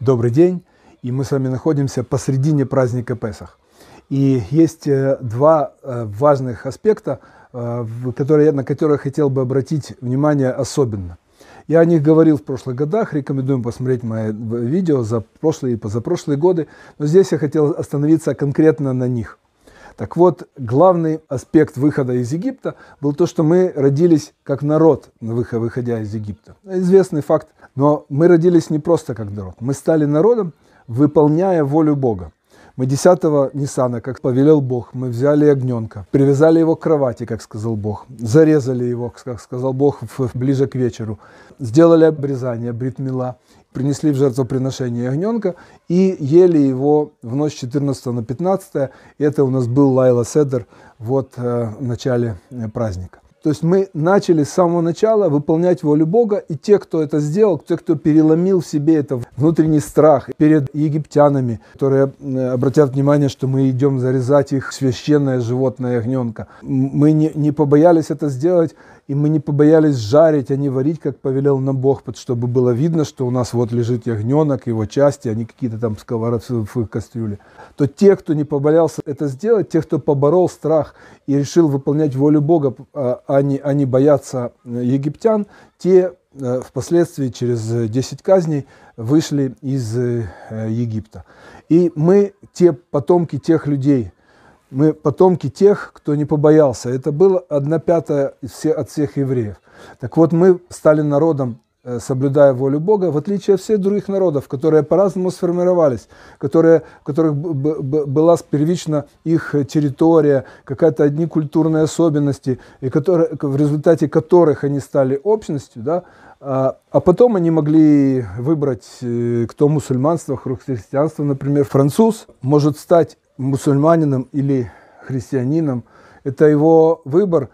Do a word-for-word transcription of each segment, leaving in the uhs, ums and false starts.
Добрый день, и мы с вами находимся посредине праздника Песах. И есть два важных аспекта, которые, на которые я хотел бы обратить внимание особенно. Я о них говорил в прошлых годах, рекомендуем посмотреть мои видео за прошлые и позапрошлые годы, но здесь я хотел остановиться конкретно на них. Так вот, главный аспект выхода из Египта был то, что мы родились как народ, выходя из Египта. Известный факт, но мы родились не просто как народ, мы стали народом, выполняя волю Бога. Мы десятого Ниссана, как повелел Бог, мы взяли ягненка, привязали его к кровати, как сказал Бог, зарезали его, как сказал Бог, ближе к вечеру, сделали обрезание, брит мила, принесли в жертвоприношение ягненка и ели его в ночь четырнадцатого на пятнадцатое. Это у нас был Лайла Седер вот, э, в начале праздника. То есть мы начали с самого начала выполнять волю Бога, и те, кто это сделал, те, кто переломил в себе это внутренний страх перед египтянами, которые обратят внимание, что мы идем зарезать их священное животное ягненка. Мы не, не побоялись это сделать, и мы не побоялись жарить, а не варить, как повелел нам Бог, чтобы было видно, что у нас вот лежит ягненок, его части, а не какие-то там сковородки в кастрюле. То те, кто не побоялся это сделать, те, кто поборол страх и решил выполнять волю Бога, а не, а не бояться египтян, те впоследствии через десять казней вышли из Египта. И мы те потомки тех людей, мы потомки тех, кто не побоялся. Это было одна пятая от всех евреев. Так вот, мы стали народом, соблюдая волю Бога, в отличие от всех других народов, которые по-разному сформировались, которые, у которых была первично их территория, какая-то одни культурные особенности, и которые, в результате которых они стали общностью, да, а, а потом они могли выбрать, кто мусульманство, христианство, например. Француз может стать мусульманином или христианином, это его выбор,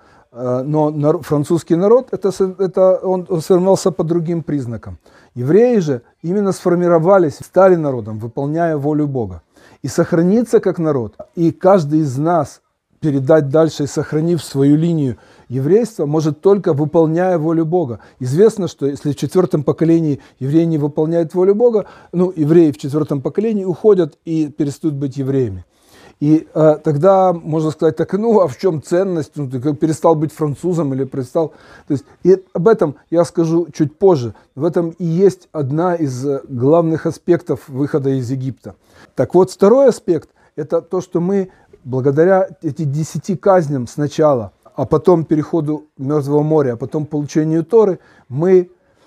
но нар, французский народ, это, это, он, он сформировался по другим признакам. Евреи же именно сформировались, стали народом, выполняя волю Бога. И сохраниться как народ, и каждый из нас передать дальше, сохранив свою линию еврейства, может только выполняя волю Бога. Известно, что если в четвертом поколении евреи не выполняют волю Бога, ну, евреи в четвертом поколении уходят и перестают быть евреями. И э, тогда можно сказать, так, ну, а в чем ценность? Ну, ты перестал быть французом или перестал... То есть, и об этом я скажу чуть позже. В этом и есть одна из главных аспектов выхода из Египта. Так вот, второй аспект – это то, что мы, благодаря этим десяти казням сначала, а потом переходу Мертвого моря, а потом получению Торы, мы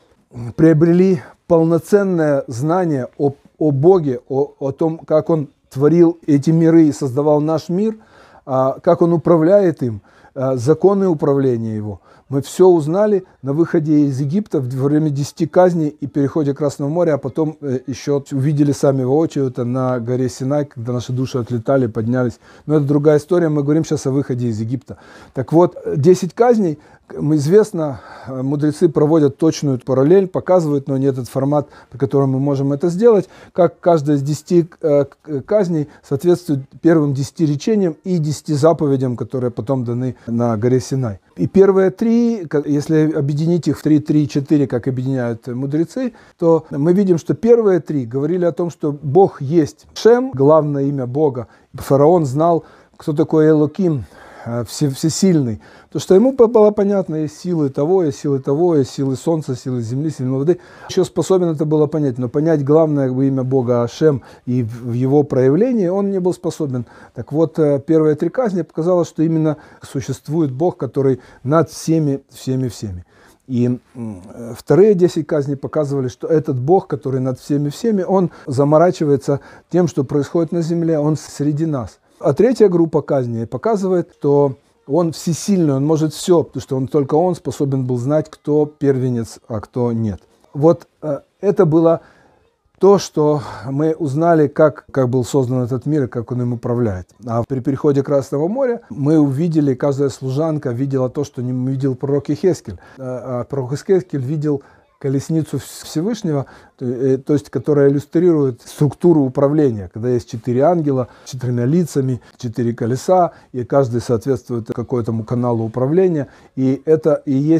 приобрели полноценное знание о, о Боге, о, о том, как Он творил эти миры и создавал наш мир, как Он управляет им, законы управления Его. Мы все узнали на выходе из Египта во время десяти казней и переходе Красного моря, а потом еще увидели сами воочию это на горе Синай, когда наши души отлетали, поднялись. Но это другая история, мы говорим сейчас о выходе из Египта. Так вот, десять казней, известно, мудрецы проводят точную параллель, показывают, но не этот формат, по которому мы можем это сделать, как каждая из десяти казней соответствует первым десяти речениям и десяти заповедям, которые потом даны на горе Синай. И первые три, если объединить их в три, три, четыре, как объединяют мудрецы, то мы видим, что первые три говорили о том, что Бог есть. Шем, главное имя Бога. Фараон знал, кто такой Элоким, всесильный. То, что ему было понятно, есть силы того, есть силы того, есть силы солнца, силы земли, силы воды. Еще способен это было понять, но понять главное имя Бога Ашем и в его проявлении он не был способен. Так вот, первые три казни показало, что именно существует Бог, который над всеми, всеми, всеми. И вторые десять казней показывали, что этот Бог, который над всеми, всеми, он заморачивается тем, что происходит на земле, он среди нас. А третья группа казней показывает, что он всесильный, он может все, потому что он, только он способен был знать, кто первенец, а кто нет. Вот э, это было то, что мы узнали, как, как был создан этот мир и как он им управляет. А при переходе Красного моря мы увидели, каждая служанка видела то, что не видел пророк Йехескель. А пророк Йехескель видел колесницу Всевышнего, то есть, которая иллюстрирует структуру управления, когда есть четыре ангела с четырьмя лицами, четыре колеса, и каждый соответствует какому-то каналу управления, и это и есть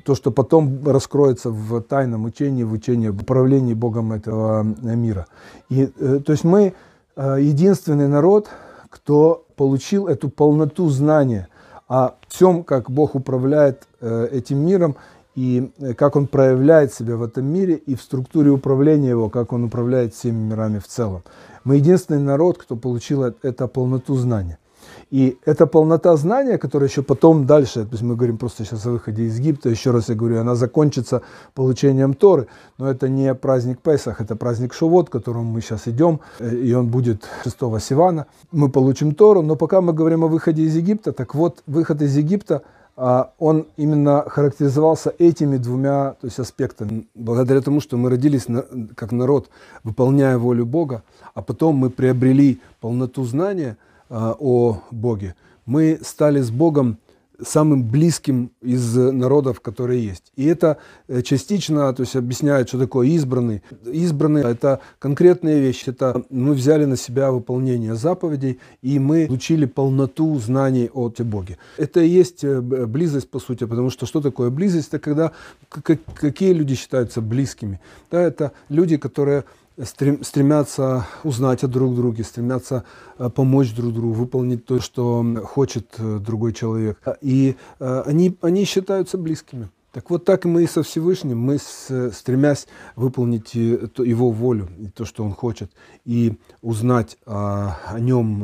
то, что потом раскроется в тайном учении, в учении об управлении Богом этого мира. И, то есть мы единственный народ, кто получил эту полноту знания о всем, как Бог управляет этим миром, и как Он проявляет себя в этом мире, и в структуре управления Его, как Он управляет всеми мирами в целом. Мы единственный народ, кто получил эту полноту знания. И эта полнота знания, которая еще потом дальше, то есть мы говорим просто сейчас о выходе из Египта, еще раз я говорю, она закончится получением Торы, но это не праздник Песах, это праздник Шавуот, к которому мы сейчас идем, и он будет шестого Сивана. Мы получим Тору, но пока мы говорим о выходе из Египта, так вот, выход из Египта, он именно характеризовался этими двумя, то есть, аспектами. Благодаря тому, что мы родились как народ, выполняя волю Бога, а потом мы приобрели полноту знания о Боге, мы стали с Богом самым близким из народов, которые есть. И это частично, то есть, объясняет, что такое избранный. Избранный – это конкретные вещи. Это мы взяли на себя выполнение заповедей, и мы получили полноту знаний о Боге. Это и есть близость, по сути, потому что что такое близость? Это когда какие люди считаются близкими? Да, это люди, которые стремятся узнать о друг друге, стремятся помочь друг другу, выполнить то, что хочет другой человек. И они, они считаются близкими. Так вот, так и мы и со Всевышним, мы, стремясь выполнить Его волю, то, что Он хочет, и узнать о, о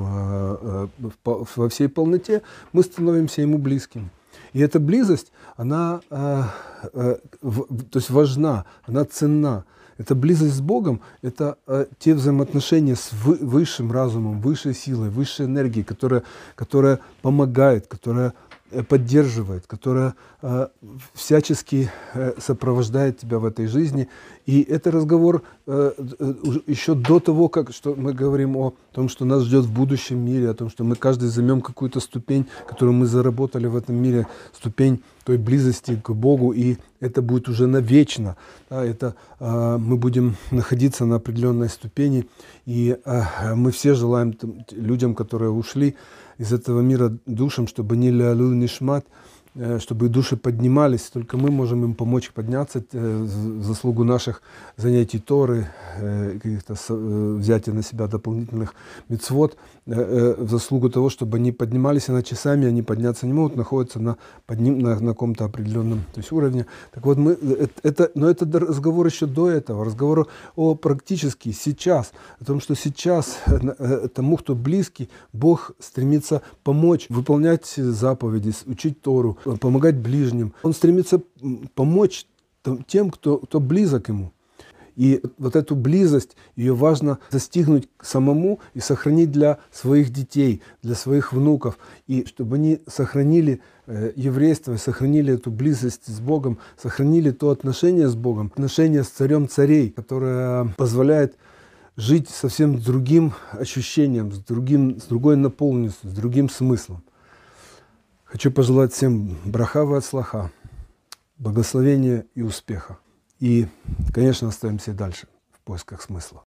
Нем во всей полноте, мы становимся Ему близкими. И эта близость, она то есть важна, она ценна. Эта близость с Богом – это э, те взаимоотношения с вы, высшим разумом, высшей силой, высшей энергией, которая, которая помогает, которая э, поддерживает, которая э, всячески э, сопровождает тебя в этой жизни. И это разговор э, э, еще до того, как что мы говорим о том, что нас ждет в будущем мире, о том, что мы каждый займем какую-то ступень, которую мы заработали в этом мире, ступень той близости к Богу, и это будет уже навечно. Да, это, э, мы будем находиться на определенной ступени, и э, мы все желаем там, людям, которые ушли из этого мира душам, чтобы не лялу нишмат, э, чтобы души поднимались. Только мы можем им помочь подняться э, в заслугу наших занятий Торы, э, каких-то э, взятия на себя дополнительных мицвот, э, э, в заслугу того, чтобы они поднимались, иначе сами они подняться не могут, находятся на, подним, на, на каком-то определенном то есть, уровне. Так вот, мы, это, это, но это разговор еще до этого, разговор о практически сейчас, о том, что сейчас э, тому, кто близкий, Бог стремится помочь, выполнять заповеди, учить Тору, помогать ближним. Он стремится помочь тем, кто, кто близок Ему. И вот эту близость, ее важно достигнуть самому и сохранить для своих детей, для своих внуков. И чтобы они сохранили э, еврейство, сохранили эту близость с Богом, сохранили то отношение с Богом, отношение с царем царей, которое позволяет жить совсем с другим ощущением, с, другим, с другой наполненностью, с другим смыслом. Хочу пожелать всем браха ва ацлаха, благословения и успеха. И, конечно, остаемся дальше в поисках смысла.